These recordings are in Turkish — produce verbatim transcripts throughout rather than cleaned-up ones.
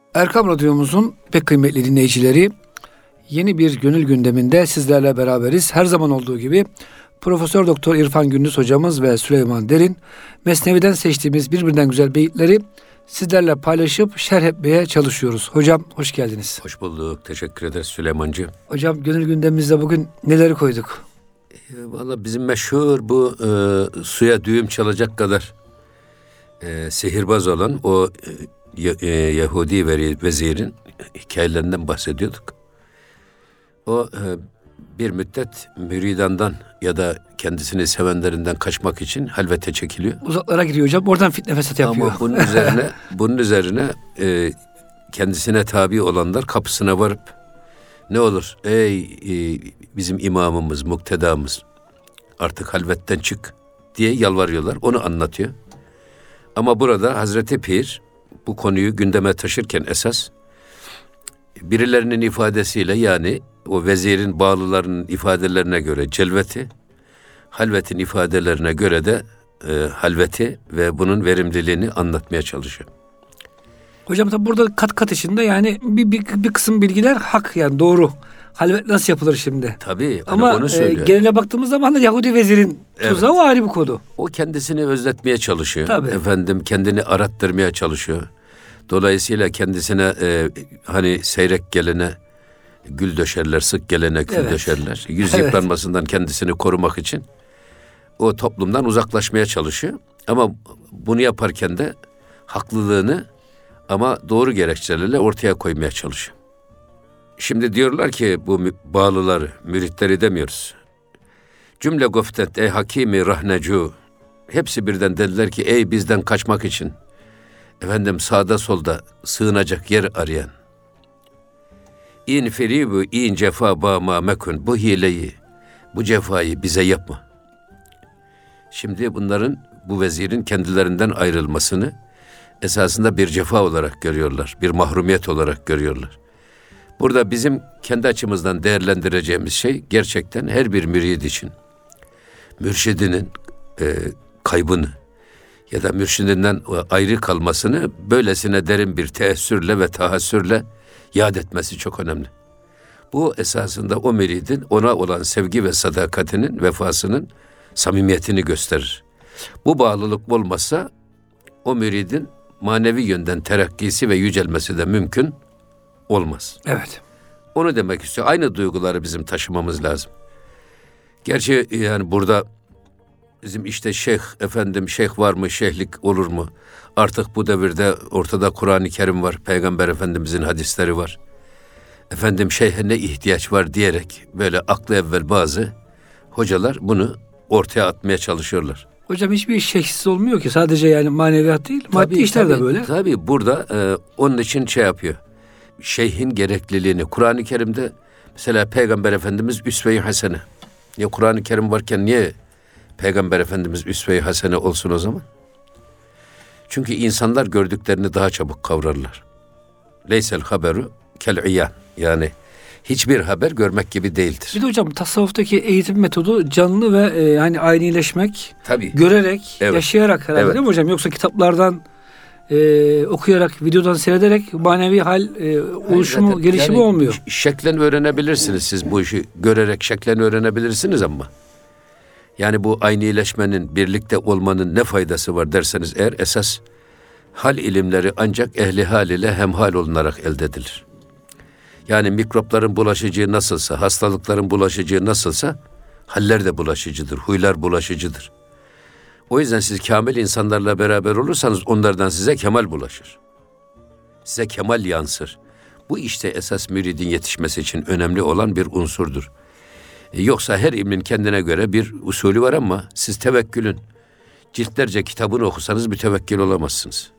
Erkam Radyomuzun pek kıymetli dinleyicileri, yeni bir gönül gündeminde sizlerle beraberiz. Her zaman olduğu gibi Profesör Doktor İrfan Gündüz hocamız ve Süleyman Derin, Mesnevi'den seçtiğimiz birbirinden güzel beyitleri sizlerle paylaşıp şerh etmeye çalışıyoruz. Hocam hoş geldiniz. Hoş bulduk. Teşekkür ederiz Süleymancığım. Hocam gönül gündemimizde bugün neleri koyduk? E, Valla bizim meşhur bu e, suya düğüm çalacak kadar e, sihirbaz olan o e, e, Yahudi vezirin hikayelerinden bahsediyorduk. O e, bir müddet müridandan ya da kendisini sevenlerinden kaçmak için halvete çekiliyor. Uzaklara gidiyor hocam. Oradan fitne fesat yapıyor. Ama bunun üzerine bunun üzerine e, kendisine tabi olanlar kapısına varıp ne olur ey e, bizim imamımız, muktedamız artık halvetten çık diye yalvarıyorlar. Onu anlatıyor. Ama burada Hazreti Pir bu konuyu gündeme taşırken esas birilerinin ifadesiyle, yani o vezirin bağlılarının ifadelerine göre celveti, halvetin ifadelerine göre de e, halveti ve bunun verimliliğini anlatmaya çalışıyor. Hocam tabi burada kat kat içinde yani bir, bir, bir kısım bilgiler hak, yani doğru. Halvet nasıl yapılır şimdi? Tabii. Ama onu e, geneline baktığımız zaman da Yahudi vezirin tuzağı evet. O ayrı bir konu. O kendisini özletmeye çalışıyor. Tabii. Efendim kendini arattırmaya çalışıyor. Dolayısıyla kendisine e, hani seyrek gelene gül döşerler, sık gelene gül evet. döşerler. Yüz evet. yıpranmasından kendisini korumak için o toplumdan uzaklaşmaya çalışıyor. Ama bunu yaparken de haklılığını ama doğru gerekçelerle ortaya koymaya çalışıyor. Şimdi diyorlar ki bu bağlıları, müritleri demiyoruz. Cümle goftet ey hakimi rahnecu. Hepsi birden dediler ki ey bizden kaçmak için efendim sağda solda sığınacak yer arayan. İn firibu in cefa ba ma mekun. Bu hileyi, bu cefayı bize yapma. Şimdi bunların, bu vezirin kendilerinden ayrılmasını esasında bir cefa olarak görüyorlar. Bir mahrumiyet olarak görüyorlar. Burada bizim kendi açımızdan değerlendireceğimiz şey gerçekten her bir mürid için mürşidinin e, kaybını ya da mürşidinden ayrı kalmasını böylesine derin bir teessürle ve tahassürle yad etmesi çok önemli. Bu esasında o müridin ona olan sevgi ve sadakatinin, vefasının samimiyetini gösterir. Bu bağlılık olmazsa o müridin manevi yönden terakkisi ve yücelmesi de mümkün olmaz. Evet. Onu demek istiyor. Aynı duyguları bizim taşımamız lazım. Gerçi yani burada bizim işte şeyh, efendim şeyh var mı, şeyhlik olur mu? Artık bu devirde ortada Kur'an-ı Kerim var, Peygamber Efendimizin hadisleri var. Efendim şeyhe ne ihtiyaç var diyerek böyle aklı evvel bazı hocalar bunu ortaya atmaya çalışıyorlar. Hocam hiçbir şeyhsiz olmuyor ki, sadece yani maneviyat değil, tabii, maddi işler tabii, de böyle. Tabii burada e, onun için şey yapıyor. Şeyhin gerekliliğini Kur'an-ı Kerim'de mesela Peygamber Efendimiz üsve-i hasene. Ya Kur'an-ı Kerim varken niye Peygamber Efendimiz üsve-i hasene olsun o zaman? Çünkü insanlar gördüklerini daha çabuk kavrarlar. Leysel haberu kel-iyan. Yani hiçbir haber görmek gibi değildir. Bir de hocam tasavvuftaki eğitim metodu canlı ve e, hani aynileşmek, tabii. görerek, evet. yaşayarak herhalde evet. değil mi hocam? Yoksa kitaplardan e, okuyarak, videodan seyrederek manevi hal e, oluşumu, Hayır, gelişimi yani olmuyor. Şeklen öğrenebilirsiniz siz bu işi. Görerek şeklen öğrenebilirsiniz ama yani bu aynileşmenin, birlikte olmanın ne faydası var derseniz eğer, esas hal ilimleri ancak ehli hal ile hemhal olunarak elde edilir. Yani mikropların bulaşıcılığı nasılsa, hastalıkların bulaşıcılığı nasılsa haller de bulaşıcıdır, huylar bulaşıcıdır. O yüzden siz kamil insanlarla beraber olursanız onlardan size kemal bulaşır. Size kemal yansır. Bu işte esas müridin yetişmesi için önemli olan bir unsurdur. Yoksa her ilmin kendine göre bir usulü var ama siz tevekkülün ciltlerce kitabını okusanız mütevekkil olamazsınız.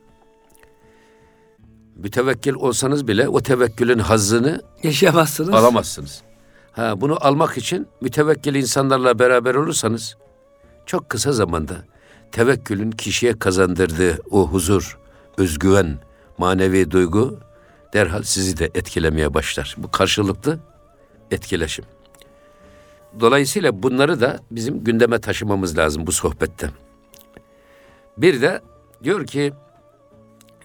Mütevekkil olsanız bile o tevekkülün hazzını yaşayamazsınız. Alamazsınız. Ha, bunu almak için mütevekkil insanlarla beraber olursanız çok kısa zamanda tevekkülün kişiye kazandırdığı o huzur, özgüven, manevi duygu derhal sizi de etkilemeye başlar. Bu karşılıklı etkileşim. Dolayısıyla bunları da bizim gündeme taşımamız lazım bu sohbette. Bir de diyor ki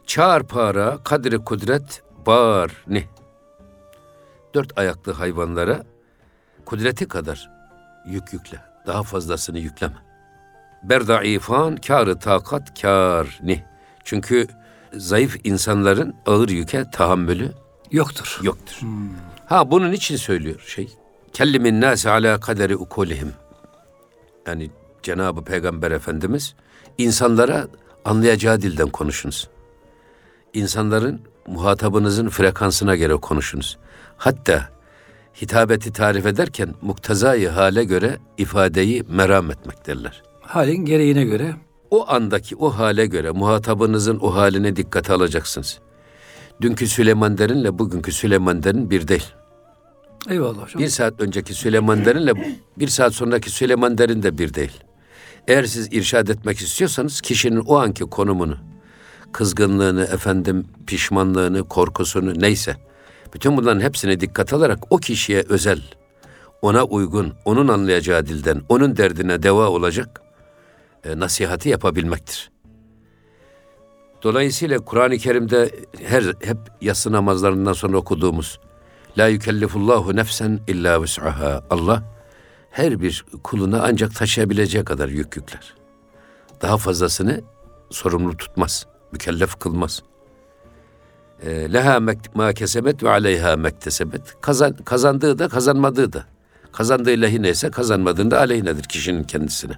Çağır para, kadri kudret, bağır ni. Dört ayaklı hayvanlara kudreti kadar yük yükle. Daha fazlasını yükleme. Berdaifan, kârı takat, kâr ni. Çünkü zayıf insanların ağır yüke tahammülü yoktur. Yoktur. Hmm. Ha bunun için söylüyor şey. Kellimin nâse alâ kaderi ukulihim. Yani Cenab-ı Peygamber Efendimiz insanlara anlayacağı dilden konuşunuz. İnsanların muhatabınızın frekansına göre konuşunuz. Hatta hitabeti tarif ederken muktezai hale göre ifadeyi meram etmek derler. Halin gereğine göre. O andaki o hale göre muhatabınızın o haline dikkate alacaksınız. Dünkü Süleyman Derin'le bugünkü Süleyman Derin bir değil. Eyvallah hocam. Bir saat önceki Süleyman Derin'le bir saat sonraki Süleyman Derin de bir değil. Eğer siz irşad etmek istiyorsanız kişinin o anki konumunu, kızgınlığını, efendim pişmanlığını, korkusunu neyse, bütün bunların hepsine dikkat alarak o kişiye özel, ona uygun, onun anlayacağı dilden, onun derdine deva olacak e, nasihati yapabilmektir. Dolayısıyla Kur'an-ı Kerim'de her hep yatsı namazlarından sonra okuduğumuz La yükellifullahu nefsen illa vus'aha. Allah her bir kuluna ancak taşıyabileceği kadar yük yükler. Daha fazlasını sorumlu tutmaz, mükellef kılmaz. E, Leha ma kesebet ve aleyha mektesebet. Kazan, kazandığı da kazanmadığı da. Kazandığı lehine ise kazanmadığında aleyhinedir kişinin kendisine.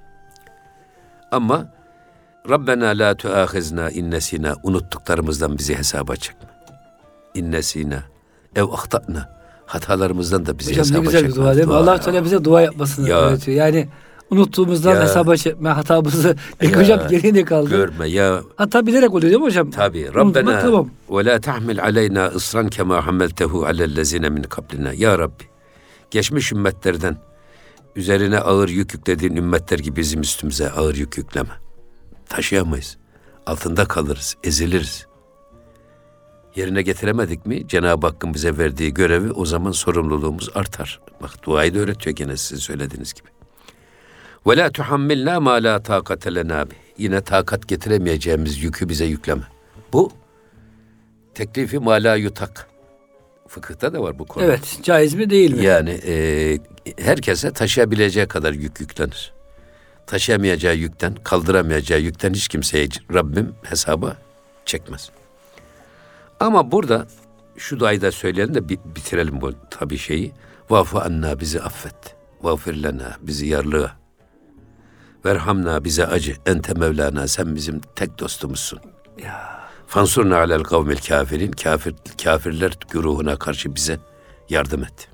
Ama Rabbena la tuâhizna innesina, unuttuklarımızdan bizi hesaba çekme. İnnesina ev ahtana, hatalarımızdan da bizi hocam hesaba çekme. Hocam ne güzel bir dua değil mi? Allah Teala bize dua yapmasını ya, öğretiyor. Yani unuttuğumuzdan ya, hesaba çekme, hatamızı ya, hocam geriye kaldı. Görme ya. Hatta bilerek oluyor değil mi hocam? Tabii. Rabbena tamam. Ve la tahmil aleyna ısran kema hammeltehu alellezine min kablina. Ya Rabbi, geçmiş ümmetlerden üzerine ağır yük yüklediğin ümmetler gibi bizim üstümüze ağır yük yükleme. Taşıyamayız. Altında kalırız, eziliriz. Yerine getiremedik mi Cenab-ı Hakk'ın bize verdiği görevi, o zaman sorumluluğumuz artar. Bak duayı da öğretiyor gene sizin söylediğiniz gibi. Ve la tuhammilna ma la taqate lena bih. Yine takat getiremeyeceğimiz yükü bize yükleme. Bu teklifi ma la yutak. Fıkıhta da var bu konu. Evet, caiz mi değil mi? Yani e, herkese taşıyabileceği kadar yük yüklenir. Taşıyamayacağı yükten, kaldıramayacağı yükten hiç kimseye Rabbim hesaba çekmez. Ama burada şu duayı da söyleyelim de bitirelim bu tabii şeyi. Vafu anna, bizi affet. Vafir lena, bizi yarlığa. Verhamna, bize acı. Ente Mevlana, sen bizim tek dostumuzsun. Ya. Fansurna alel kavmil kafirin, kafir, kafirler güruhuna karşı bize yardım et.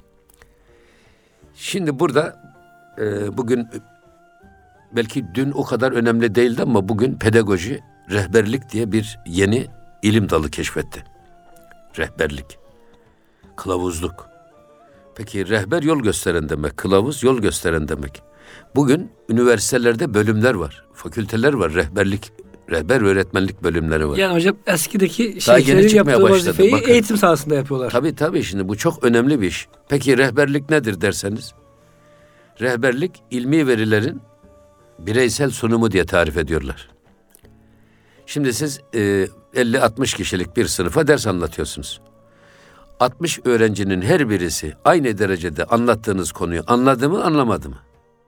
Şimdi burada e, bugün belki dün o kadar önemli değildi ama bugün pedagoji, rehberlik diye bir yeni ilim dalı keşfetti. Rehberlik, kılavuzluk. Peki rehber yol gösteren demek, kılavuz yol gösteren demek. Bugün üniversitelerde bölümler var, fakülteler var, rehberlik, rehber öğretmenlik bölümleri var. Yani hocam eskideki şeyleri yaptığı vazifeyi Bakın, eğitim sahasında yapıyorlar. Tabii tabii, şimdi bu çok önemli bir iş. Peki rehberlik nedir derseniz? Rehberlik ilmi verilerin bireysel sunumu diye tarif ediyorlar. Şimdi siz e, elli altmış kişilik bir sınıfa ders anlatıyorsunuz. altmış öğrencinin her birisi aynı derecede anlattığınız konuyu anladı mı, anlamadı mı?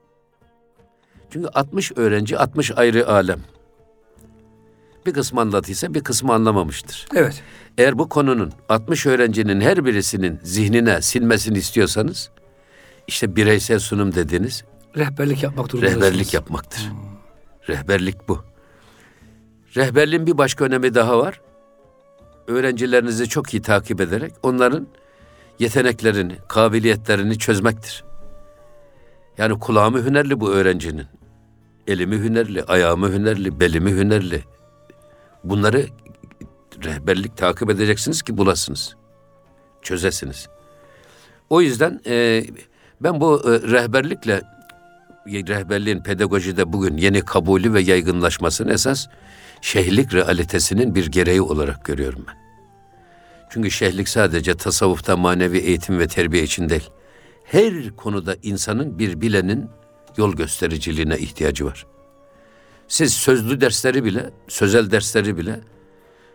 Çünkü altmış öğrenci altmış ayrı alem. Bir kısmı anlattıysa bir kısmı anlamamıştır. Evet. Eğer bu konunun altmış öğrencinin her birisinin zihnine sinmesini istiyorsanız, işte bireysel sunum dediğiniz rehberlik yapmak durumundasınız. Rehberlik yapmaktır. Hmm. Rehberlik bu. Rehberliğin bir başka önemi daha var. Öğrencilerinizi çok iyi takip ederek onların yeteneklerini, kabiliyetlerini çözmektir. Yani kulağımı hünerli bu öğrencinin. Elimi hünerli, ayağımı hünerli, belimi hünerli. Bunları rehberlik takip edeceksiniz ki bulasınız. Çözesiniz. O yüzden e, ben bu e, rehberlikle rehberliğin pedagojide bugün yeni kabulü ve yaygınlaşmasını esas şeyhlik realitesinin bir gereği olarak görüyorum ben. Çünkü şeyhlik sadece tasavvufta manevi eğitim ve terbiye için değil. Her konuda insanın bir bilenin yol göstericiliğine ihtiyacı var. Siz sözlü dersleri bile, sözel dersleri bile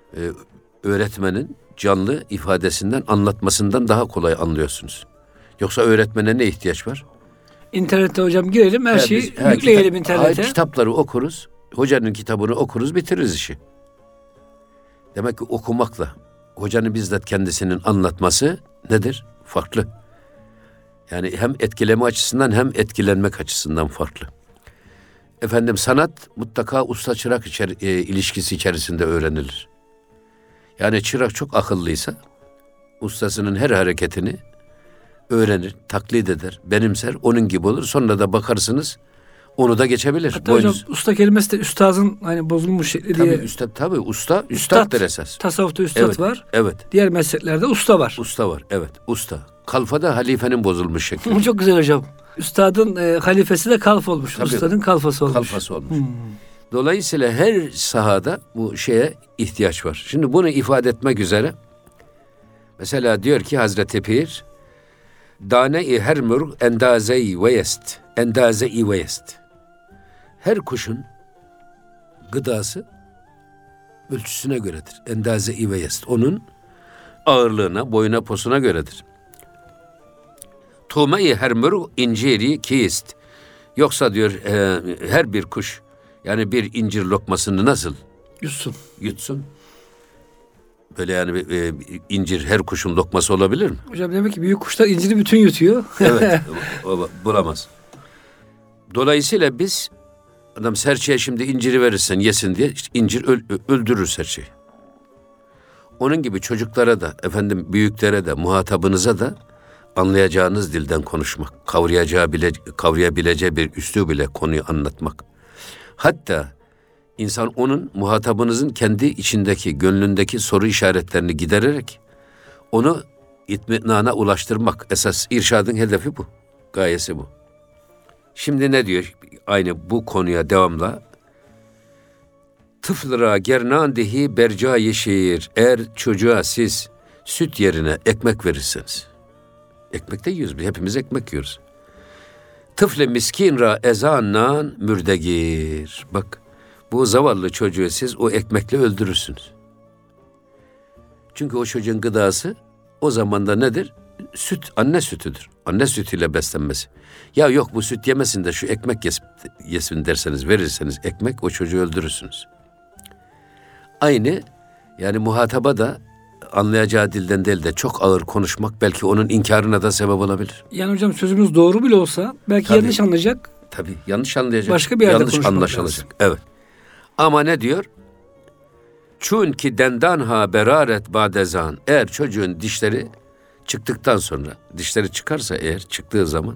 e, öğretmenin canlı ifadesinden, anlatmasından daha kolay anlıyorsunuz. Yoksa öğretmene ne ihtiyaç var? İnternette hocam girelim, her He, şeyi biz- he, yükleyelim kitap- internete. hayır, kitapları okuruz. Hocanın kitabını okuruz, bitiririz işi. Demek ki okumakla hocanın bizzat kendisinin anlatması nedir? Farklı. Yani hem etkileme açısından hem etkilenmek açısından farklı. Efendim, sanat mutlaka usta çırak içeri, e, ilişkisi içerisinde öğrenilir. Yani çırak çok akıllıysa ustasının her hareketini öğrenir, taklit eder, benimser, onun gibi olur. Sonra da bakarsınız onu da geçebilir. Hatta Boynuz- hocam usta kelimesi de üstazın hani bozulmuş şekli tabii diye. üstad, tabii usta, Üstad, üstaddır esas. Tasavvufta üstad Evet, var. evet. Diğer mesleklerde usta var. Usta var, evet, usta. Kalfada halifenin bozulmuş şekli. Çok güzel hocam. Üstadın e, halifesi de kalf olmuş. Tabii. Ustanın kalfası olmuş. Kalfası olmuş. Hmm. Dolayısıyla her sahada bu şeye ihtiyaç var. Şimdi bunu ifade etmek üzere mesela diyor ki Hazreti Pir, Dane-i her mürg endaze-i veyest. Endaze-i veyest. Her kuşun gıdası ölçüsüne göredir. Endaze-i veyest. Onun ağırlığına, boyuna, posuna göredir. Tume-i her mürg inciri kiyist. Yoksa diyor e, her bir kuş, yani bir incir lokmasını nasıl Yutsun. yutsun? Böyle yani e, incir her kuşun lokması olabilir mi? Hocam demek ki büyük kuşlar inciri bütün yutuyor. Evet, o, o, bulamaz. Dolayısıyla biz, adam serçeye şimdi inciri verirsen yesin diye, işte incir öl, öldürür serçeyi. Onun gibi çocuklara da, efendim büyüklere de, muhatabınıza da anlayacağınız dilden konuşmak, kavrayacağı bile, kavrayabileceği bir üslub ile konuyu anlatmak. Hatta insan onun, muhatabınızın kendi içindeki, gönlündeki soru işaretlerini gidererek onu itminana ulaştırmak. Esas irşadın hedefi bu. Gayesi bu. Şimdi ne diyor? Aynı bu konuya devamla. Tıflıra gernandihi berca yeşir. Eğer çocuğa siz süt yerine ekmek verirseniz. Ekmek de yiyoruz. Biz hepimiz ekmek yiyoruz. Tıfle miskin ra ezannan mürdegir. Bak, bu zavallı çocuğu siz o ekmekle öldürürsünüz. Çünkü o çocuğun gıdası o zamanda nedir? Süt, anne sütüdür. Anne sütüyle beslenmesi. Ya yok bu süt yemesin de şu ekmek yesin, yesin derseniz, verirseniz ekmek, o çocuğu öldürürsünüz. Aynı yani muhataba da anlayacağı dilden değil de çok ağır konuşmak belki onun inkarına da sebep olabilir. Yani hocam sözümüz doğru bile olsa belki Tabii. yanlış anlayacak. Tabii yanlış anlayacak. Başka bir yerde yanlış konuşmak anlaşılacak. lazım. Evet. Ama ne diyor? Çünkü dendan ha beraret badezan. Eğer çocuğun dişleri çıktıktan sonra, dişleri çıkarsa eğer çıktığı zaman,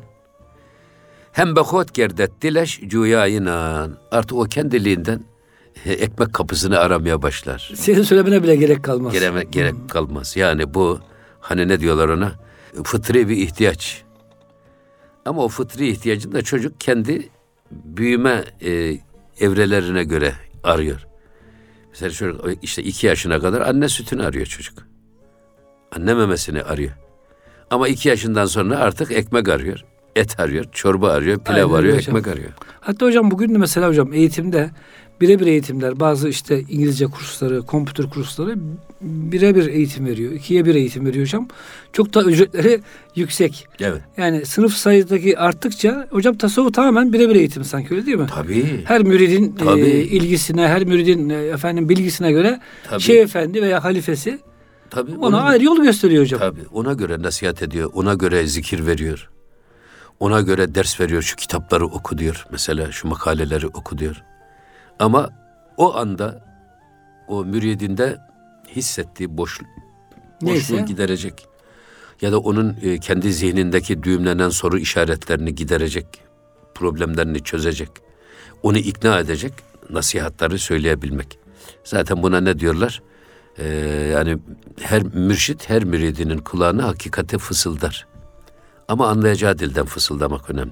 hem behot gerdet dileş cuyayinan. Artık o kendiliğinden ekmek kapısını aramaya başlar. Senin söylemene bile gerek kalmaz. Gerek, gerek kalmaz. Yani bu hani ne diyorlar ona? Fıtri bir ihtiyaç. Ama o fıtri ihtiyacını da çocuk kendi büyüme e, evrelerine göre arıyor. Mesela çocuk işte iki yaşına kadar anne sütünü arıyor çocuk. Anne memesini arıyor. Ama iki yaşından sonra artık ekmek arıyor. Et arıyor, çorba arıyor, pilav Aynen arıyor, hocam. ekmek arıyor. Hatta hocam bugün de mesela hocam eğitimde birebir eğitimler, bazı işte İngilizce kursları, kompütür kursları birebir eğitim veriyor. İkiye bir eğitim veriyor hocam. Çok da ücretleri yüksek. Evet. Yani sınıf sayıdaki arttıkça hocam tasavvuf tamamen birebir eğitim sanki, öyle değil mi? Tabii. Her müridin Tabii. e, ilgisine, her müridin e, efendim bilgisine göre Tabii. Şeyh Efendi veya halifesi Tabii. ona onun- ayrı yol gösteriyor hocam. Tabii. Ona göre nasihat ediyor. Ona göre zikir veriyor. Ona göre ders veriyor. Şu kitapları oku diyor. Mesela şu makaleleri oku diyor. Ama o anda o müridinde hissettiği boşluk, boşluğu Neyse. giderecek. Ya da onun e, kendi zihnindeki düğümlenen soru işaretlerini giderecek. Problemlerini çözecek. Onu ikna edecek nasihatları söyleyebilmek. Zaten buna ne diyorlar? Ee, yani her mürşit her müridinin kulağına hakikati fısıldar. Ama anlayacağı dilden fısıldamak önemli.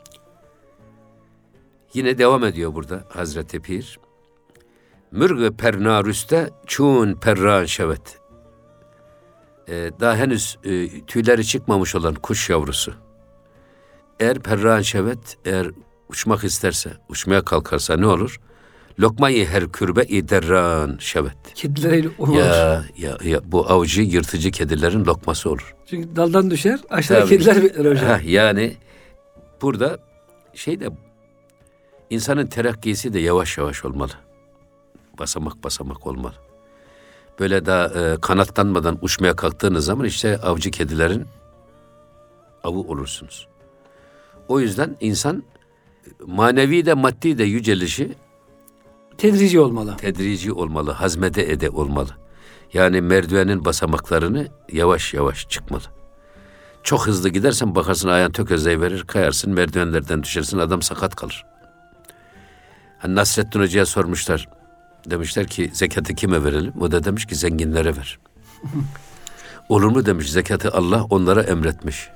Yine devam ediyor burada Hazreti Pir. Mürgü pernarüste çun perran şevet. Ee, daha henüz e, tüyleri çıkmamış olan kuş yavrusu. Eğer perran şevet, eğer uçmak isterse, uçmaya kalkarsa ne olur? Lokmayı her kürbe derran şevet. Kedilere olur. Ya, ya, ya bu avcı yırtıcı kedilerin lokması olur. Çünkü daldan düşer, aşağıda Tabii. kediler bekler hocam. Ha, yani burada şey de insanın terakkisi de yavaş yavaş olmalı. Basamak basamak olmalı. Böyle daha e, kanatlanmadan uçmaya kalktığınız zaman işte avcı kedilerin avı olursunuz. O yüzden insan manevi de maddi de yücelişi Tedrici olmalı. tedrici olmalı, hazmede ede olmalı. Yani merdivenin basamaklarını yavaş yavaş çıkmalı. Çok hızlı gidersen bakarsın ayağın tökezleyi verir, kayarsın, merdivenlerden düşersin, adam sakat kalır. Hani Nasrettin Hoca'ya sormuşlar. Demişler ki zekatı kime verelim? O da demiş ki zenginlere ver. Olur mu demiş, zekatı Allah onlara emretmiş.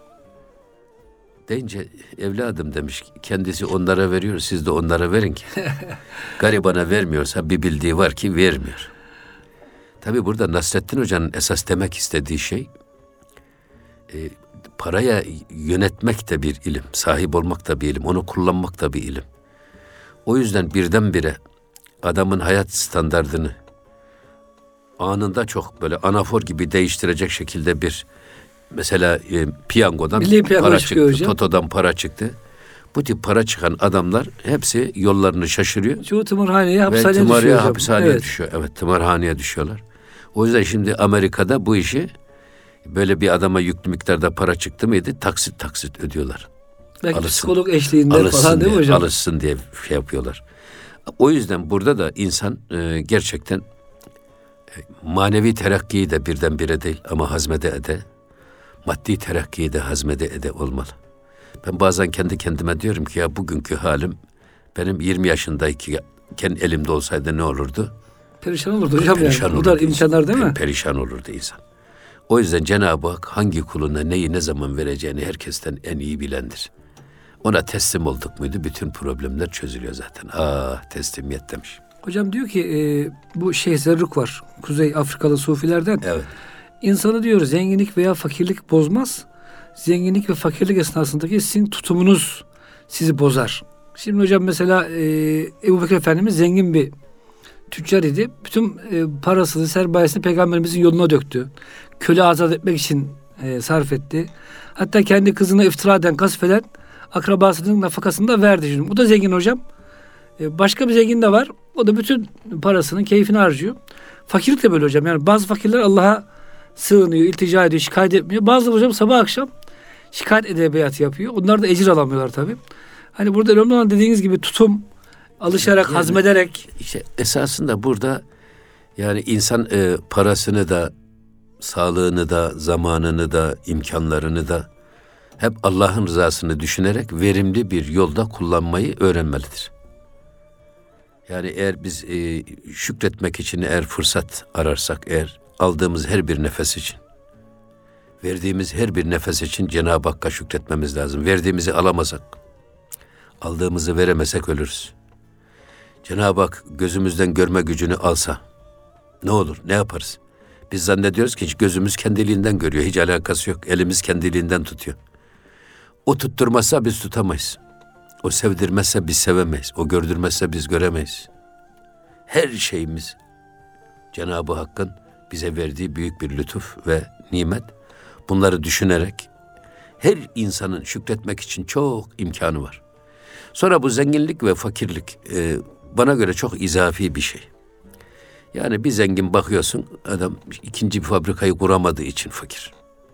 Deyince evladım demiş, kendisi onlara veriyor, siz de onlara verin ki. Garibana vermiyorsa bir bildiği var ki vermiyor. Tabii burada Nasrettin Hoca'nın esas demek istediği şey, e, paraya yönetmek de bir ilim, sahip olmak da bir ilim, onu kullanmak da bir ilim. O yüzden birdenbire adamın hayat standardını anında çok böyle anafor gibi değiştirecek şekilde bir, mesela e, piyangodan piyango para çıkıyor çıktı, hocam. totodan para çıktı. Bu tip para çıkan adamlar hepsi yollarını şaşırıyor. Çoğu tımarhaneye, Ve hapishaneye tımarhaneye, düşüyor hocam. hapishaneye Evet. düşüyor. Evet, tımarhaneye düşüyorlar. O yüzden şimdi Amerika'da bu işi böyle bir adama yüklü miktarda para çıktı mıydı taksit taksit ödüyorlar. Belki Alışsın. psikolog eşliğinde Alışsın falan değil mi diye, hocam? alışsın diye şey yapıyorlar. O yüzden burada da insan e, gerçekten e, manevi terakkiyi de birdenbire değil ama hazmede ede, maddi terakkiyi de hazmede ede olmalı. Ben bazen kendi kendime diyorum ki ya bugünkü halim benim yirmi yaşındayken elimde olsaydı ne olurdu? Perişan olurdu hocam Perişan yani. Bu kadar olurdu imkanlar insan. değil mi? Perişan olurdu insan. O yüzden Cenab-ı Hak hangi kuluna neyi ne zaman vereceğini herkesten en iyi bilendir. Ona teslim olduk muydu bütün problemler çözülüyor zaten. Ah teslimiyet demiş. Hocam diyor ki e, bu Şeyh Zerruk var. Kuzey Afrikalı Sufilerden. Evet. İnsanı diyor zenginlik veya fakirlik bozmaz. Zenginlik ve fakirlik esnasındaki sizin tutumunuz sizi bozar. Şimdi hocam mesela e, Ebu Bekir Efendimiz zengin bir tüccar idi. Bütün e, parasını, sermayesini Peygamberimizin yoluna döktü. Köle azat etmek için e, sarf etti. Hatta kendi kızına iftira eden, gasp eden akrabasının nafakasını da verdi. Şimdi. Bu da zengin hocam. E, başka bir zengin de var. O da bütün parasının keyfini harcıyor. Fakirlik de böyle hocam. Yani bazı fakirler Allah'a sığınıyor, iltica ediyor, şikayet etmiyor. Bazıları hocam sabah akşam şikayet edebiyatı yapıyor. Onlar da ecir alamıyorlar tabii. Hani burada önemli olan dediğiniz gibi tutum, alışarak, Yani, hazmederek. İşte esasında burada yani insan e, parasını da, sağlığını da, zamanını da, imkanlarını da hep Allah'ın rızasını düşünerek verimli bir yolda kullanmayı öğrenmelidir. Yani eğer biz e, şükretmek için eğer fırsat ararsak, eğer aldığımız her bir nefes için, verdiğimiz her bir nefes için Cenab-ı Hakk'a şükretmemiz lazım. Verdiğimizi alamazsak, aldığımızı veremesek ölürüz. Cenab-ı Hak gözümüzden görme gücünü alsa ne olur, ne yaparız? Biz zannediyoruz ki hiç gözümüz kendiliğinden görüyor, hiç alakası yok. Elimiz kendiliğinden tutuyor. O tutturmazsa biz tutamayız. O sevdirmezse biz sevemeyiz. O gördürmezse biz göremeyiz. Her şeyimiz Cenab-ı Hakk'ın bize verdiği büyük bir lütuf ve nimet. Bunları düşünerek her insanın şükretmek için çok imkanı var. Sonra bu zenginlik ve fakirlik e, bana göre çok izafi bir şey. Yani bir zengin bakıyorsun, adam ikinci bir fabrikayı kuramadığı için fakir.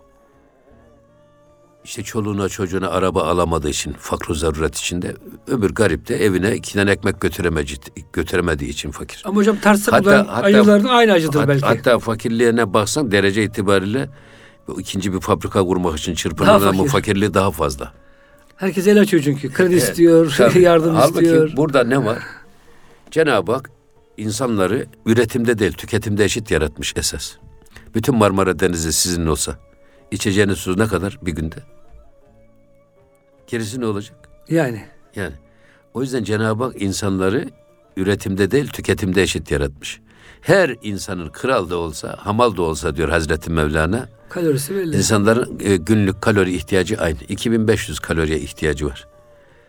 İşte çoluğuna çocuğuna araba alamadığı için, fakr-ı zaruret içinde, öbür garip de evine iki tane ekmek götüremedi, götüremediği için fakir. Ama hocam tartsak Hatta- bunların hatta- acılarının aynı acıdır Hat- belki. Hatta fakirliğine baksan derece itibariyle bu ikinci bir fabrika kurmak için çırpınan Daha adamın fakir. fakirliği daha fazla. Herkes el açıyor çünkü. Kredi Evet, istiyor, tabii. yardım Halbuki istiyor. burada ne var? Cenab-ı Hak insanları üretimde değil, tüketimde eşit yaratmış esas. Bütün Marmara Denizi sizin olsa, içeceğiniz su ne kadar bir günde? Gerisi ne olacak? Yani. Yani o yüzden Cenab-ı Hak insanları üretimde değil, tüketimde eşit yaratmış. Her insanın kral da olsa, hamal da olsa diyor Hazreti Mevlana, Kalorisi belli. İnsanların e, günlük kalori ihtiyacı aynı. iki bin beş yüz kaloriye ihtiyacı var.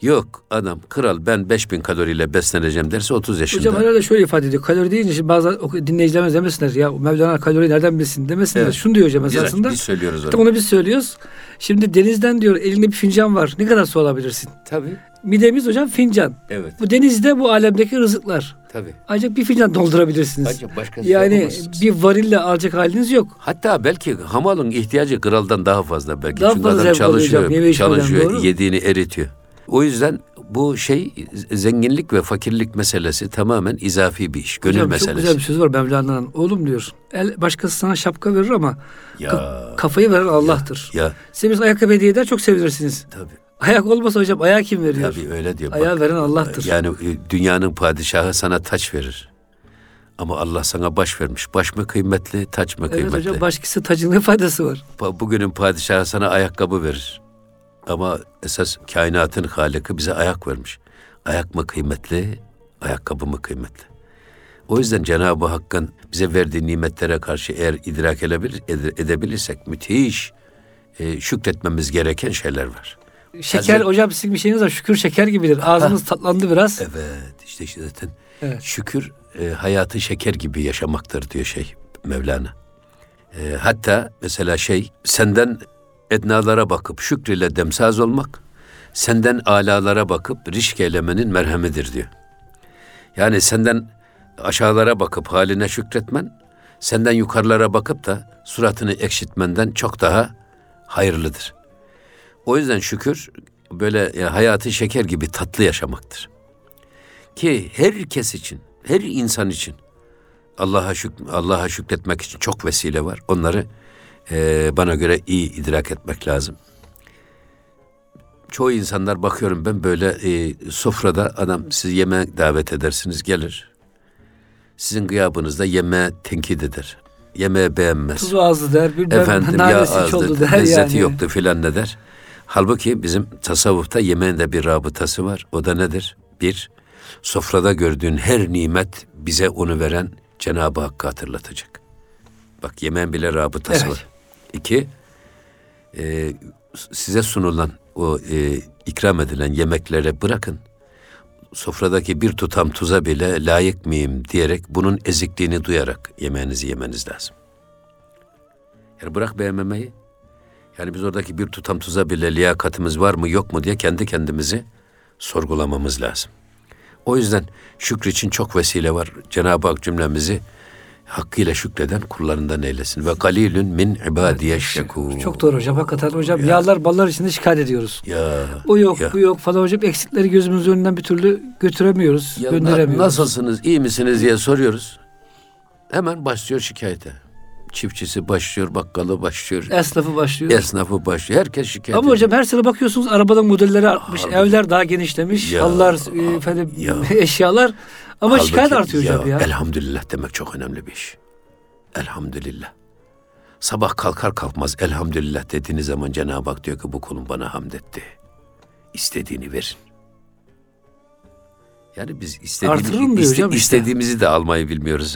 Yok adam kral ben beş bin kaloriyle besleneceğim derse otuz yaşında. Hocam herhalde şöyle ifade ediyor. Kalori deyince şimdi bazı dinleyicilerimiz demesinler ya Mevlana kalori nereden bilsin demesinler. Evet. Şunu diyor hocam esasında. Biz, biz söylüyoruz onu. İşte onu biz söylüyoruz. Şimdi denizden diyor elinde bir fincan var. Ne kadar su alabilirsin? Tabii. Midemiz hocam fincan. Evet. Bu denizde bu alemdeki rızıklar. Tabii. Ancak bir fincan doldurabilirsiniz. Ancak başkası yani yapamazsınız. Bir varille alacak haliniz yok. Hatta belki hamalın ihtiyacı kraldan daha fazla belki. Daha Çünkü fazla adam çalışıyor, hocam, çalışıyor, doğru. yediğini eritiyor. O yüzden bu şey zenginlik ve fakirlik meselesi tamamen izafi bir iş, gönül hocam, meselesi. Çok güzel bir söz var Mevlana'nın. Oğlum diyor, el başkası sana şapka verir ama ya, ka- kafayı veren Allah'tır. Ya, ya. Size biz ayakkabı hediye eder çok sevinirsiniz. Tabii. Ayak olmasa hocam ayağı kim veriyor? Tabii öyle diyor. Ayağı Bak, veren Allah'tır. Yani dünyanın padişahı sana taç verir. Ama Allah sana baş vermiş. Baş mı kıymetli, taç mı evet kıymetli? Evet hocam başkası tacın ne faydası var? Bugünün padişahı sana ayakkabı verir. Ama esas kainatın Halık'ı bize ayak vermiş. Ayak mı kıymetli, ayakkabı mı kıymetli? O yüzden Cenab-ı Hakk'ın bize verdiği nimetlere karşı eğer idrak edebilir, edebilirsek müthiş e, şükretmemiz gereken şeyler var. Şeker Hazret... hocam sizin bir şeyiniz var. Şükür şeker gibidir. Ağzınız ha. tatlandı biraz. Evet işte, işte zaten evet. Şükür e, hayatı şeker gibi yaşamaktır diyor şey Mevlana. E, hatta mesela şey senden ednalara bakıp şükriyle demsaz olmak, senden âlâlara bakıp rişk eylemenin merhemidir diyor. Yani senden aşağılara bakıp haline şükretmen, senden yukarılara bakıp da suratını ekşitmenden çok daha hayırlıdır. O yüzden şükür böyle ya, hayatı şeker gibi tatlı yaşamaktır. Ki herkes için, her insan için Allah'a şük Allah'a şükretmek için çok vesile var. Onları e, bana göre iyi idrak etmek lazım. Çoğu insanlar bakıyorum ben böyle e, sofrada adam sizi yemeğe davet edersiniz gelir. Sizin gıyabınızda yemeğe tenkit eder. Yemeği beğenmez. Tuzu azdı der. Bir Efendim ya azdı, der, lezzeti yani. yoktu filan ne der. Halbuki bizim tasavvufta yemeğin de bir rabıtası var. O da nedir? Bir, sofrada gördüğün her nimet bize onu veren Cenab-ı Hakk'ı hatırlatacak. Bak yemeğin bile rabıtası evet. var. İki, e, size sunulan o e, ikram edilen yemeklere bırakın. Sofradaki bir tutam tuza bile layık mıyım diyerek bunun ezikliğini duyarak yemeğinizi yemeniz lazım. Yani bırak beğenmemeyi. Yani biz oradaki bir tutam tuza bile liyakatımız var mı yok mu diye kendi kendimizi sorgulamamız lazım. O yüzden şükür için çok vesile var. Cenab-ı Hak cümlemizi hakkıyla şükreden kullarından eylesin. Ve galilun min ibadiyeş şekur. Çok doğru hocam. Hakikaten hocam ya. Yağlar ballar içinde şikayet ediyoruz. Ya. O yok ya. bu yok falan hocam. Eksikleri gözümüzün önünden bir türlü götüremiyoruz. Ya gönderemiyoruz. Na, nasılsınız iyi misiniz diye soruyoruz. Hemen başlıyor şikayete. Çiftçisi başlıyor, bakkalı başlıyor. Esnafı başlıyor. Esnafı başlıyor. Herkes şikayet Ama ediyor. hocam her sene bakıyorsunuz arabadan modelleri artmış. Halbuki, evler daha genişlemiş. Ya, halılar, e, efendim, ya. eşyalar. Ama halbuki, şikayet artıyor ya, hocam ya. Elhamdülillah demek çok önemli bir iş. Elhamdülillah. Sabah kalkar kalkmaz elhamdülillah dediğiniz zaman Cenab-ı Hak diyor ki bu kulum bana hamd etti. İstediğini verin. Yani biz istediğimizi, iste, hocam istediğimizi işte. de almayı bilmiyoruz.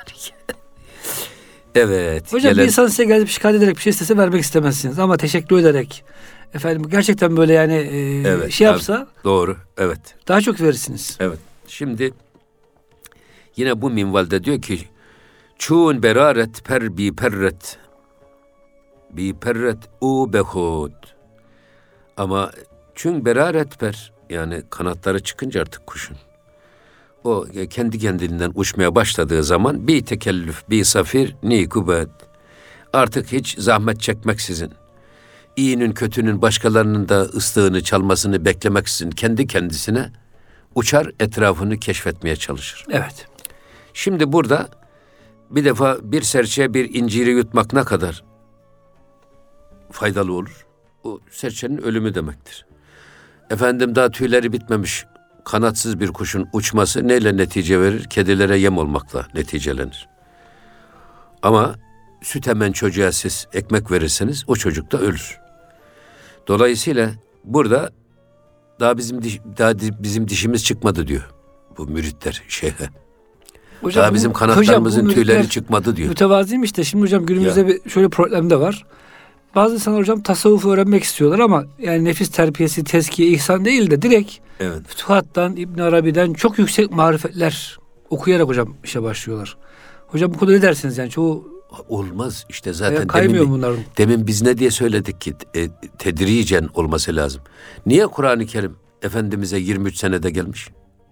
Evet. Hocam gelen... bir insan size gelip şikayet ederek bir şey istese vermek istemezsiniz. Ama teşekkür ederek efendim gerçekten böyle yani e, evet, şey yapsa. abi, doğru. Evet. Daha çok verirsiniz. Evet. Şimdi yine bu minvalde diyor ki çun beraret per bi perret bi perret u behud. Ama çün beraret per yani kanatları çıkınca artık kuşun. O kendi kendinden uçmaya başladığı zaman bir tekellüf, bir safir, ni kubet. Artık hiç zahmet çekmeksizin, iyinin kötünün başkalarının da ıslığını çalmasını beklemeksizin kendi kendisine uçar etrafını keşfetmeye çalışır. Evet. Şimdi burada bir defa bir serçeye bir inciri yutmak ne kadar faydalı olur? O serçenin ölümü demektir. Efendim daha tüyleri bitmemiş kanatsız bir kuşun uçması neyle netice verir? Kedilere yem olmakla neticelenir. Ama süt emen çocuğa siz ekmek verirseniz o çocuk da ölür. Dolayısıyla burada daha bizim diş, daha bizim dişimiz çıkmadı diyor bu müritler şeyhe. Hocam, daha bizim kanatlarımızın hocam, tüyleri çıkmadı diyor. Mütevaziymiş de şimdi hocam günümüzde ya. bir şöyle problem de var. bazı insanlar hocam tasavvufu öğrenmek istiyorlar ama yani nefis terbiyesi, tezkiye, ihsan değil de direkt evet. Fütuhat'tan, İbn Arabi'den çok yüksek marifetler okuyarak hocam işe başlıyorlar. Hocam bu konuda ne dersiniz yani çoğu olmaz işte zaten Ayak kaymıyor demin, bunların. demin biz ne diye söyledik ki e, tedricen olması lazım. Niye Kur'an-ı Kerim Efendimiz'e yirmi üç senede gelmiş?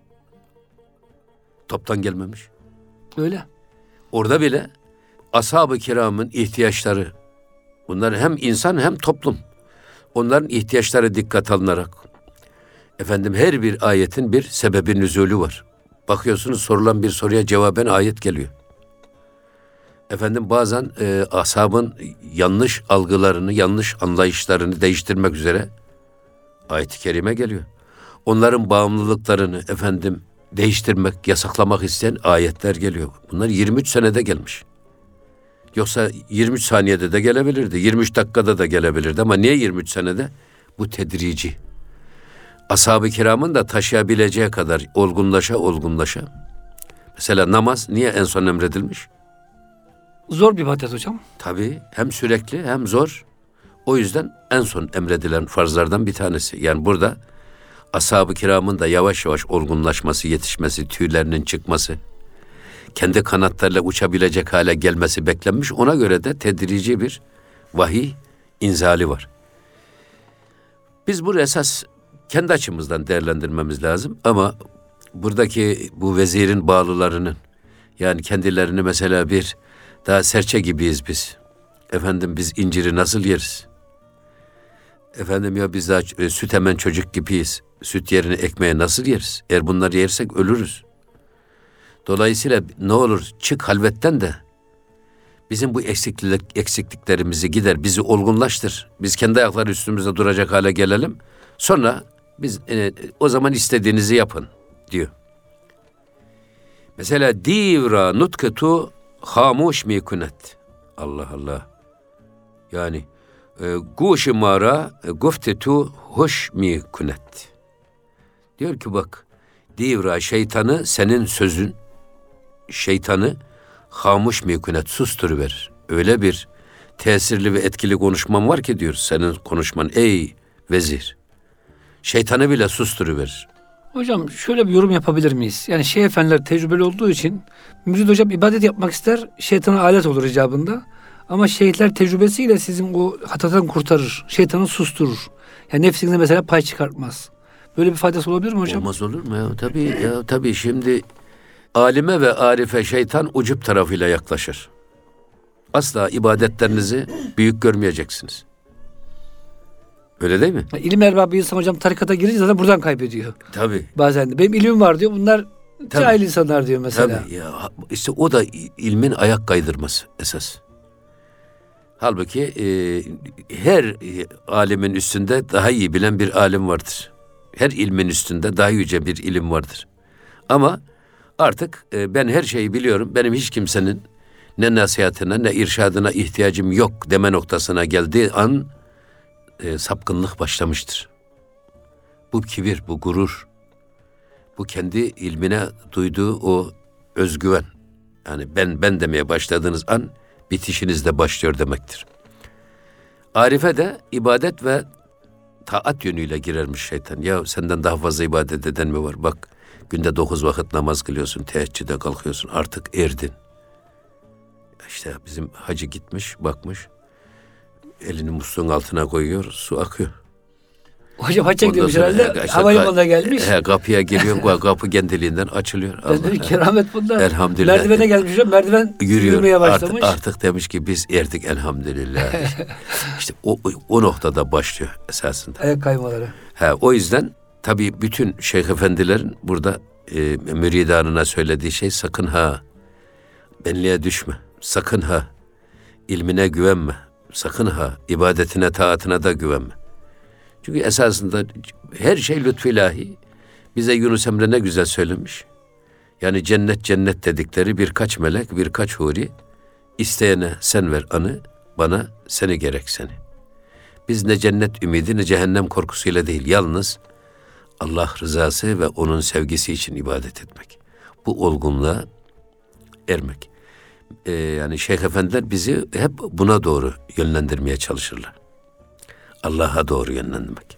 Toptan gelmemiş. Öyle. Orada bile ashab-ı kiramın ihtiyaçları, bunlar hem insan hem toplum. Onların ihtiyaçları dikkat alınarak, efendim her bir ayetin bir sebebi nüzulü var. Bakıyorsunuz sorulan bir soruya cevaben ayet geliyor. Efendim bazen e, ashabın yanlış algılarını, yanlış anlayışlarını değiştirmek üzere ayet-i kerime geliyor. Onların bağımlılıklarını efendim değiştirmek, yasaklamak isteyen ayetler geliyor. Bunlar yirmi üç senede gelmiş. Yoksa yirmi üç saniyede de gelebilirdi, yirmi üç dakikada da gelebilirdi ama niye yirmi üç senede? Bu tedrici. Ashab-ı kiramın da taşıyabileceği kadar olgunlaşa olgunlaşa. Mesela namaz niye en son emredilmiş? Zor bir ibadet hocam. Tabii hem sürekli hem zor. O yüzden en son emredilen farzlardan bir tanesi. Yani burada ashab-ı kiramın da yavaş yavaş olgunlaşması, yetişmesi, tüylerinin çıkması, kendi kanatlarıyla uçabilecek hale gelmesi beklenmiş. Ona göre de tedrici bir vahiy inzali var. Biz bunu esas kendi açımızdan değerlendirmemiz lazım ama buradaki bu vezirin bağlılarının, yani kendilerini mesela bir daha serçe gibiyiz biz. Efendim biz inciri nasıl yeriz? Efendim ya biz daha e, süt emen çocuk gibiyiz. Süt yerine ekmeği nasıl yeriz? Eğer bunları yersek ölürüz. Dolayısıyla ne olur çık halvetten de bizim bu eksiklik, eksikliklerimizi gider, bizi olgunlaştır. Biz kendi ayakları üstümüzde duracak hale gelelim. Sonra biz e, o zaman istediğinizi yapın diyor. Mesela divra nutketu hamuş mikunet. Allah Allah. Yani guşi mara guftetu hoş mikunet. Diyor ki bak, divra şeytanı senin sözün, şeytanı hamuş mikunet susturuverir. Öyle bir tesirli ve etkili konuşman var ki diyor senin konuşman ey vezir. Şeytanı bile susturuverir. Hocam şöyle bir yorum yapabilir miyiz? Yani şeyh efendiler tecrübeli olduğu için mürid hocam ibadet yapmak ister, şeytana alet olur icabında. Ama şeyhler tecrübesiyle sizin o hatadan kurtarır, şeytanı susturur. Yani nefsinize mesela pay çıkartmaz. Böyle bir faydası olabilir mi hocam? Olmaz olur mu ya? Tabii ya tabii şimdi alime ve arife şeytan ucup tarafıyla yaklaşır. Asla ibadetlerinizi büyük görmeyeceksiniz. Öyle değil mi? İlim erbabı insan hocam tarikata girince zaten buradan kaybediyor. Tabii. Bazen de benim ilimim var diyor. Bunlar Tabii. cahil insanlar diyor mesela. Tabii ya işte o da ilmin ayak kaydırması esas. Halbuki e, her alimin üstünde daha iyi bilen bir alim vardır. Her ilmin üstünde daha yüce bir ilim vardır. Ama artık e, ben her şeyi biliyorum. Benim hiç kimsenin ne nasihatine ne irşadına ihtiyacım yok deme noktasına geldiği an e, sapkınlık başlamıştır. Bu kibir, bu gurur, bu kendi ilmine duyduğu o özgüven. Yani ben ben demeye başladığınız an bitişiniz de başlıyor demektir. Arife de ibadet ve taat yönüyle girermiş şeytan. Ya senden daha fazla ibadet eden mi var? Bak günde dokuz vakit namaz kılıyorsun, teheccüde kalkıyorsun, artık erdin. İşte bizim hacı gitmiş, bakmış, elini musluğun altına koyuyor, su akıyor. Hocam hacca gidiyormuş herhalde, işte, havalimanına gelmiş. He, kapıya giriyor, kapı kendiliğinden açılıyor. Ben dedim keramet bunlar. Elhamdülillah. Merdivene gelmiş hocam, merdiven yürümeye başlamış. Artık, artık demiş ki biz erdik elhamdülillah. İşte o, o noktada başlıyor esasında. Ayak kaymaları. He, o yüzden tabii bütün şeyh efendilerin burada e, müridanına söylediği şey sakın ha, benliğe düşme, sakın ha, ilmine güvenme, sakın ha, ibadetine, taatına da güvenme. Çünkü esasında her şey lütfu ilahi. Bize Yunus Emre ne güzel söylemiş. Yani cennet cennet dedikleri birkaç melek, birkaç huri, isteyene sen ver anı, bana seni gerek seni. Biz ne cennet ümidi ne cehennem korkusuyla değil, yalnız Allah rızası ve onun sevgisi için ibadet etmek. Bu olgunluğa ermek. e, yani Şeyh Efendiler bizi hep buna doğru yönlendirmeye çalışırlar. Allah'a doğru yönlendirmek.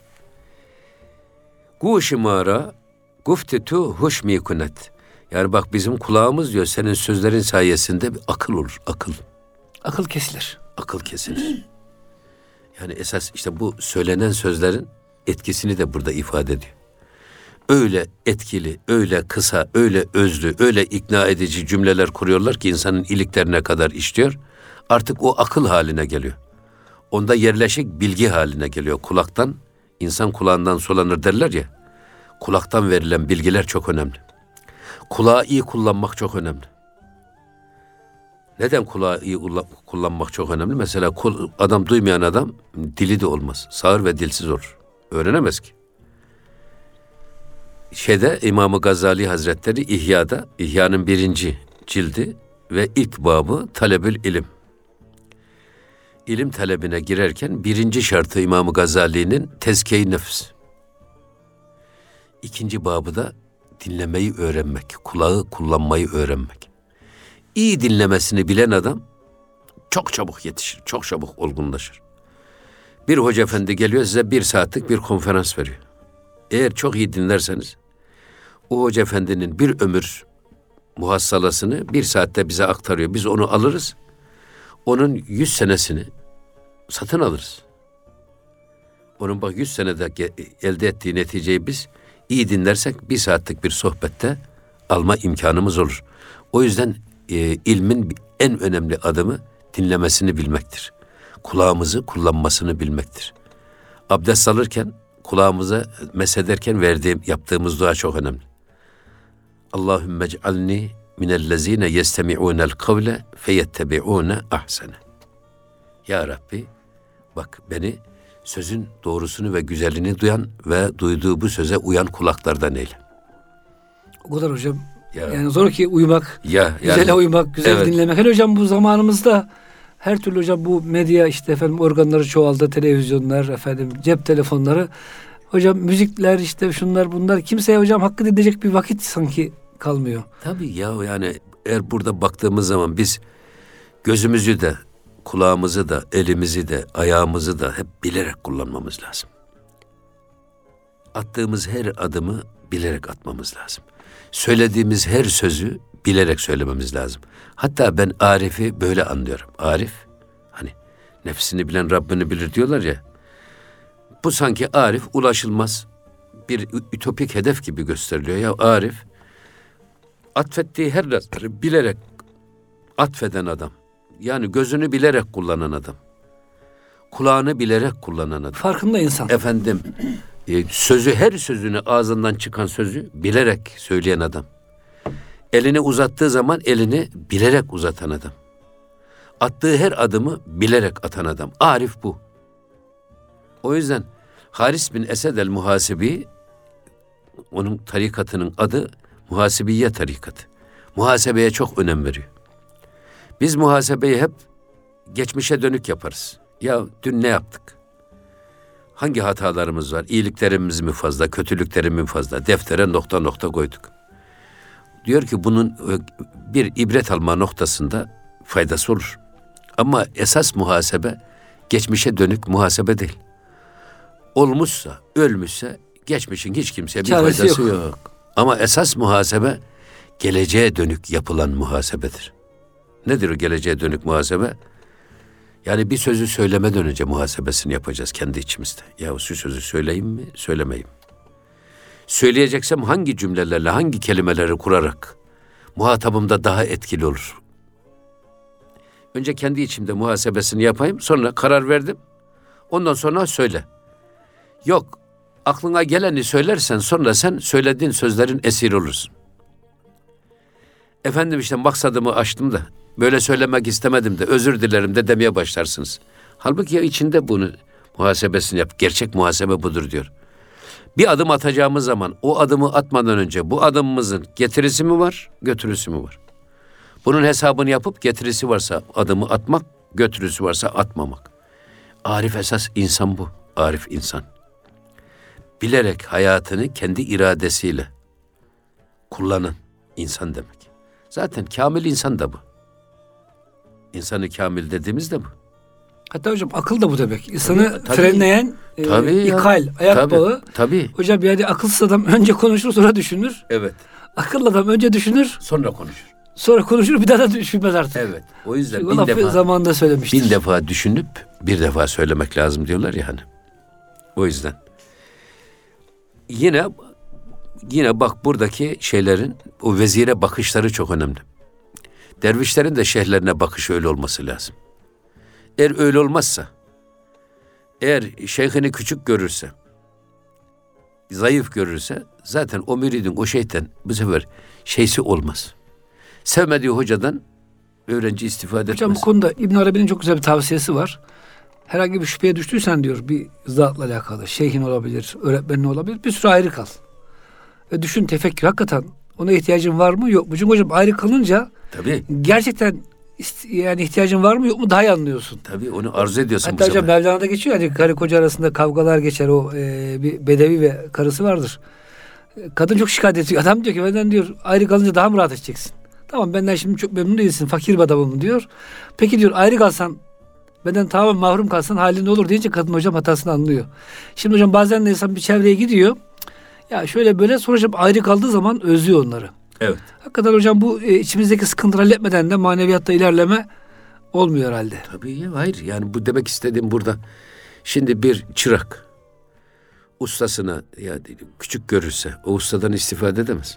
Guşimara guftetu huş mikunet. Yani bak bizim kulağımız diyor senin sözlerin sayesinde bir akıl olur, akıl. Akıl kesilir. Akıl kesilir. Yani esas işte bu söylenen sözlerin etkisini de burada ifade ediyor. Öyle etkili, öyle kısa, öyle özlü, öyle ikna edici cümleler kuruyorlar ki insanın iliklerine kadar işliyor. Artık o akıl haline geliyor. Onda yerleşik bilgi haline geliyor. Kulaktan, insan kulağından sulanır derler ya. Kulaktan verilen bilgiler çok önemli. Kulağı iyi kullanmak çok önemli. Neden kulağı iyi kullanmak çok önemli? Mesela adam duymayan adam dili de olmaz. Sağır ve dilsiz olur. Öğrenemez ki. Şeyde İmam-ı Gazali Hazretleri İhya'da, İhya'nın birinci cildi ve ilk babı talebül ilim. İlim talebine girerken birinci şartı İmam-ı Gazali'nin tezkiye-i nefs. İkinci babı da dinlemeyi öğrenmek, kulağı kullanmayı öğrenmek. İyi dinlemesini bilen adam çok çabuk yetişir, çok çabuk olgunlaşır. Bir hoca efendi geliyor size bir saatlik bir konferans veriyor. Eğer çok iyi dinlerseniz o hoca efendinin bir ömür muhassalasını bir saatte bize aktarıyor. Biz onu alırız. Onun yüz senesini satın alırız. Onun bak yüz senede elde ettiği neticeyi biz iyi dinlersek bir saatlik bir sohbette alma imkanımız olur. O yüzden e, ilmin en önemli adımı dinlemesini bilmektir. Kulağımızı kullanmasını bilmektir. Abdest alırken kulağımıza mesederken verdiğim, yaptığımız dua çok önemli. Allahümme ec'alni minellezine yestemi'ûnel kavle feyettebi'ûne ahsene. Ya Rabbi, bak beni sözün doğrusunu ve güzelini duyan ve duyduğu bu söze uyan kulaklardan eyle. O kadar hocam. Ya. Yani zor ki uyumak, ya, güzele yani, uyumak, güzel evet. dinlemek. Hele hocam bu zamanımızda her türlü hocam bu medya işte efendim organları çoğaldı, televizyonlar, efendim cep telefonları. Hocam müzikler işte şunlar bunlar kimseye hocam hakkı dinleyecek bir vakit sanki kalmıyor. Tabii ya yani eğer burada baktığımız zaman biz gözümüzü de, kulağımızı da, elimizi de, ayağımızı da hep bilerek kullanmamız lazım. Attığımız her adımı bilerek atmamız lazım. Söylediğimiz her sözü bilerek söylememiz lazım. Hatta ben Arif'i böyle anlıyorum. Arif, hani nefsini bilen Rabbini bilir diyorlar ya. Bu sanki Arif ulaşılmaz bir ütopik hedef gibi gösteriliyor. Ya Arif, atfettiği her lafı bilerek atfeden adam. Yani gözünü bilerek kullanan adam. Kulağını bilerek kullanan adam. Farkında insan. Efendim, e, sözü, her sözünü ağzından çıkan sözü bilerek söyleyen adam. Elini uzattığı zaman elini bilerek uzatan adam. Attığı her adımı bilerek atan adam. Arif bu. O yüzden Haris bin Esed el-Muhasibi, onun tarikatının adı Muhasibiye tarikatı. Muhasebeye çok önem veriyor. Biz muhasebeyi hep geçmişe dönük yaparız. Ya dün ne yaptık? Hangi hatalarımız var? İyiliklerimiz mi fazla, kötülüklerimiz mi fazla? Deftere nokta nokta koyduk. Diyor ki bunun bir ibret alma noktasında faydası olur. Ama esas muhasebe geçmişe dönük muhasebe değil. Olmuşsa, ölmüşse geçmişin hiç kimseye bir çaresi faydası yok. yok. Ama esas muhasebe geleceğe dönük yapılan muhasebedir. Nedir o geleceğe dönük muhasebe? Yani bir sözü söylemeden önce muhasebesini yapacağız kendi içimizde. Ya şu sözü söyleyeyim mi, söylemeyeyim mi? Söyleyeceksem hangi cümlelerle, hangi kelimeleri kurarak muhatabımda daha etkili olur? Önce kendi içimde muhasebesini yapayım, sonra karar verdim. Ondan sonra söyle. Yok, aklına geleni söylersen sonra sen söylediğin sözlerin esiri olursun. Efendim işte maksadımı aştım da, böyle söylemek istemedim de, özür dilerim de demeye başlarsınız. Halbuki ya içinde bunu muhasebesini yap. Gerçek muhasebe budur diyor. Bir adım atacağımız zaman o adımı atmadan önce bu adımımızın getirisi mi var, götürüsü mü var? Bunun hesabını yapıp getirisi varsa adımı atmak, götürüsü varsa atmamak. Arif esas insan bu. Arif insan. Bilerek hayatını kendi iradesiyle kullanan insan demek. Zaten kamil insan da bu. İnsanı kamil dediğimiz de bu. Hatta hocam akıl da bu demek. İnsanı Tabii, tabii. frenleyen Tabii e, ya. ikal, ayak Tabii, bağı. tabii. Hocam yani akılsız adam önce konuşur sonra düşünür. Evet. Akıllı adam önce düşünür Sonra konuşur. sonra konuşur bir daha da düşünmez artık. Evet. O yüzden Çünkü bin o lafı defa zamanında söylemiştir. bin defa düşünüp bir defa söylemek lazım diyorlar ya hani. O yüzden. Yine yine bak buradaki şeylerin o vezire bakışları çok önemli. Dervişlerin de şeyhlerine bakışı öyle olması lazım. Eğer öyle olmazsa, eğer şeyhini küçük görürse, zayıf görürse zaten o müridin o şeyhten bu sefer şeysi olmaz. Sevmediği hocadan öğrenci istifade Hocam etmez. bu konuda İbn Arabi'nin çok güzel bir tavsiyesi var. Herhangi bir şüpheye düştüysen diyor bir zatla alakalı, şeyhin olabilir, öğretmenin olabilir, bir süre ayrı kal. Ve düşün, tefekkür, hakikaten ona ihtiyacın var mı yok mu? Çünkü hocam ayrı kalınca Tabii. gerçekten ist- yani ihtiyacın var mı yok mu daha iyi anlıyorsun. Tabii onu arzu ediyorsun Hatta bu hocam sefer. Mevlana'da geçiyor yani karı koca arasında kavgalar geçer, o e, bir bedevi ve karısı vardır. Kadın çok şikayet ediyor. Adam diyor ki benden diyor ayrı kalınca daha mı rahat edeceksin? Tamam benden şimdi çok memnun değilsin, fakir bir adamım diyor. Peki diyor ayrı kalsan, benden tamamen mahrum kalsan halin ne olur deyince kadın hocam hatasını anlıyor. Şimdi hocam bazen de insan bir çevreye gidiyor. Ya şöyle böyle, sonra hocam ayrı kaldığı zaman özlüyor onları. Evet. Hakikaten hocam bu e, içimizdeki sıkıntı halletmeden de maneviyatta ilerleme olmuyor herhalde. Tabii ya, hayır yani bu demek istediğim burada. Şimdi bir çırak ustasına ya küçük görürse o ustadan istifade edemez.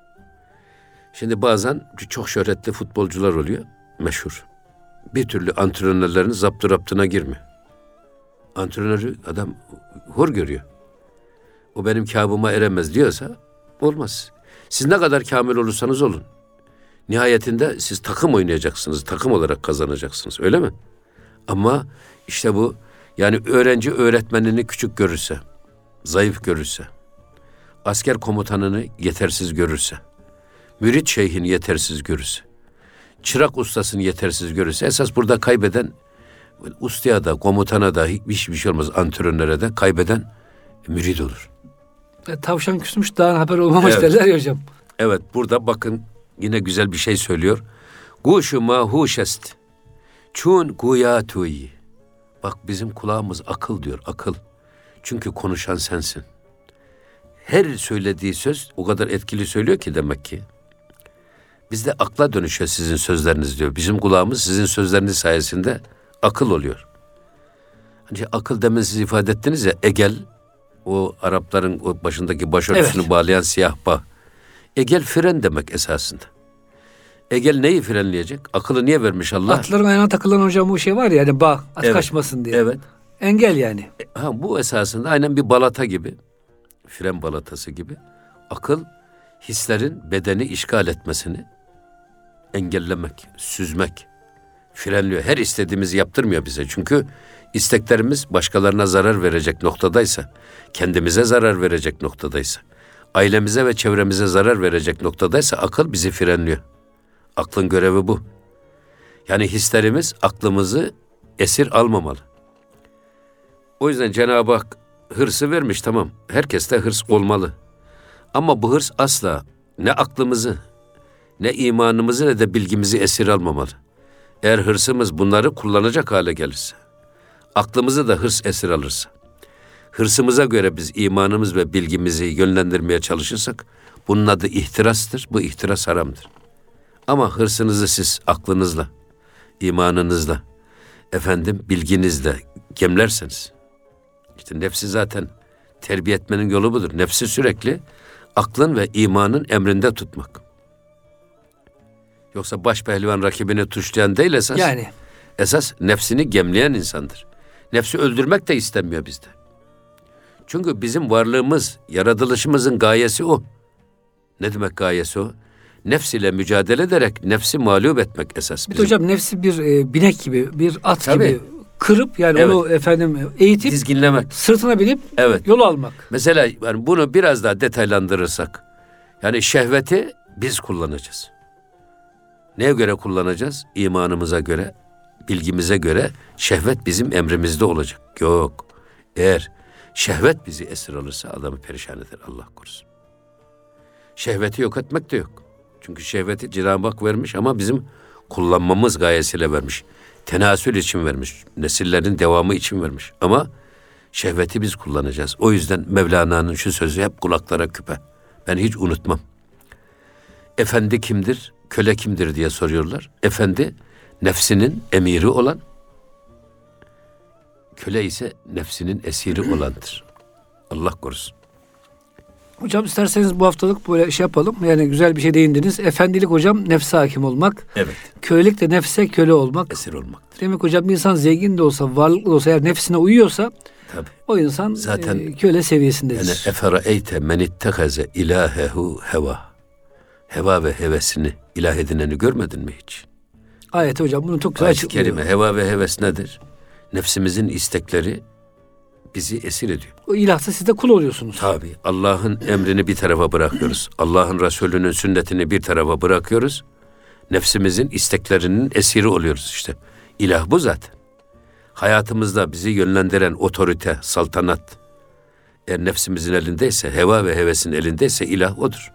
Şimdi bazen çok şöhretli futbolcular oluyor, meşhur. Bir türlü antrenörlerin zapturaptına girmiyor. Antrenörü adam hor görüyor. O benim kâbıma eremez diyorsa olmaz. Siz ne kadar kamil olursanız olun. Nihayetinde siz takım oynayacaksınız, takım olarak kazanacaksınız, öyle mi? Ama işte bu, yani öğrenci öğretmenini küçük görürse, zayıf görürse, asker komutanını yetersiz görürse, mürit şeyhini yetersiz görürse, çırak ustasını yetersiz görürse, esas burada kaybeden ustaya da, komutana da hiçbir şey olmaz, antrenöre de kaybeden mürit olur. E, tavşan küsmüş dağın haber olmamış Evet. derler ya hocam. Evet, burada bakın yine güzel bir şey söylüyor. Guşu mahuşest. Çun guyatuyi. Bak bizim kulağımız akıl diyor, akıl. Çünkü konuşan sensin. Her söylediği söz o kadar etkili söylüyor ki demek ki. Bizde akla dönüşüyor sizin sözleriniz diyor. Bizim kulağımız sizin sözleriniz sayesinde akıl oluyor. Hani akıl demin siz ifade ettiniz ya, egel, o Arapların o başındaki başörtüsünü Evet. bağlayan siyah bağ. Egel fren demek esasında. Egel neyi frenleyecek? Akıllı niye vermiş Allah? Atların ayağına takılan hocam bu şey var ya, yani bağ, at Evet. kaçmasın diye. Evet. Engel yani. Ha, bu esasında aynen bir balata gibi, fren balatası gibi. Akıl, hislerin bedeni işgal etmesini engellemek, süzmek, frenliyor. Her istediğimizi yaptırmıyor bize. Çünkü isteklerimiz başkalarına zarar verecek noktadaysa, kendimize zarar verecek noktadaysa, ailemize ve çevremize zarar verecek noktadaysa akıl bizi frenliyor. Aklın görevi bu. Yani hislerimiz aklımızı esir almamalı. O yüzden Cenab-ı Hak hırsı vermiş, tamam. Herkeste hırs olmalı. Ama bu hırs asla ne aklımızı, ne imanımızı ne de bilgimizi esir almamalı. Eğer hırsımız bunları kullanacak hale gelirse, aklımızı da hırs esir alırsa, hırsımıza göre biz imanımız ve bilgimizi yönlendirmeye çalışırsak, bunun adı ihtirastır, bu ihtiras haramdır. Ama hırsınızı siz aklınızla, imanınızla, efendim bilginizle gemlerseniz, işte nefsi zaten terbiye etmenin yolu budur. Nefsi sürekli aklın ve imanın emrinde tutmak. Yoksa baş pehlivan rakibini tuşlayan değil esas. Yani. Esas nefsini gemleyen insandır. Nefsi öldürmek de istemiyor bizde. Çünkü bizim varlığımız, yaratılışımızın gayesi o. Ne demek gayesi o? Nefs ile mücadele ederek nefsi mağlup etmek esas. Bir de bizim. hocam nefsi bir e, binek gibi, bir at Tabii. gibi kırıp yani Evet. onu efendim eğitip Dizginlemek. sırtına binip Evet. yol almak. Mesela yani bunu biraz daha detaylandırırsak, yani şehveti biz kullanacağız. Neye göre kullanacağız? İmanımıza göre, bilgimize göre şehvet bizim emrimizde olacak. Yok. Eğer şehvet bizi esir alırsa adamı perişan eder, Allah korusun. Şehveti yok etmek de yok. Çünkü şehveti Cenab-ı Hak vermiş ama bizim kullanmamız gayesiyle vermiş. Tenasül için vermiş. Nesillerin devamı için vermiş. Ama şehveti biz kullanacağız. O yüzden Mevlana'nın şu sözü hep kulaklara küpe. Ben hiç unutmam. Efendi kimdir, köle kimdir diye soruyorlar. Efendi nefsinin emiri olan, köle ise nefsinin esiri olandır. Allah korusun. Hocam isterseniz bu haftalık böyle şey yapalım. Yani güzel bir şey değindiniz. Efendilik hocam nefse hakim olmak. Evet. Kölelik de nefse köle olmak. Esir olmaktır. Demek hocam bir insan zengin de olsa, varlıklı da olsa, eğer nefsine uyuyorsa Tabii. o insan zaten e, köle seviyesindedir. Yani eferaeyte men ittehaze ilahehu heva. Heva ve hevesini ilah edineni görmedin mi hiç? Ayet hocam bunu çok güzel Ayet-i açıklıyor. kerime, heva ve heves nedir? Nefsimizin istekleri bizi esir ediyor. O ilahsa siz de kul oluyorsunuz. Tabii. Allah'ın emrini bir tarafa bırakıyoruz. Allah'ın Resulü'nün sünnetini bir tarafa bırakıyoruz. Nefsimizin isteklerinin esiri oluyoruz işte. İlah bu zaten. Hayatımızda bizi yönlendiren otorite, saltanat eğer nefsimizin elindeyse, heva ve hevesin elindeyse ilah odur.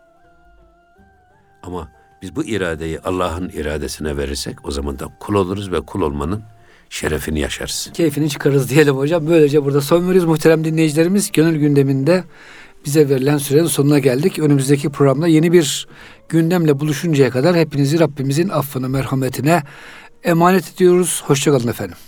Ama biz bu iradeyi Allah'ın iradesine verirsek o zaman da kul oluruz ve kul olmanın şerefini yaşarız. Keyfini çıkarız diyelim hocam. Böylece burada son veriyoruz muhterem dinleyicilerimiz. Gönül gündeminde bize verilen sürenin sonuna geldik. Önümüzdeki programda yeni bir gündemle buluşuncaya kadar hepinizi Rabbimizin affına, merhametine emanet ediyoruz. Hoşça kalın efendim.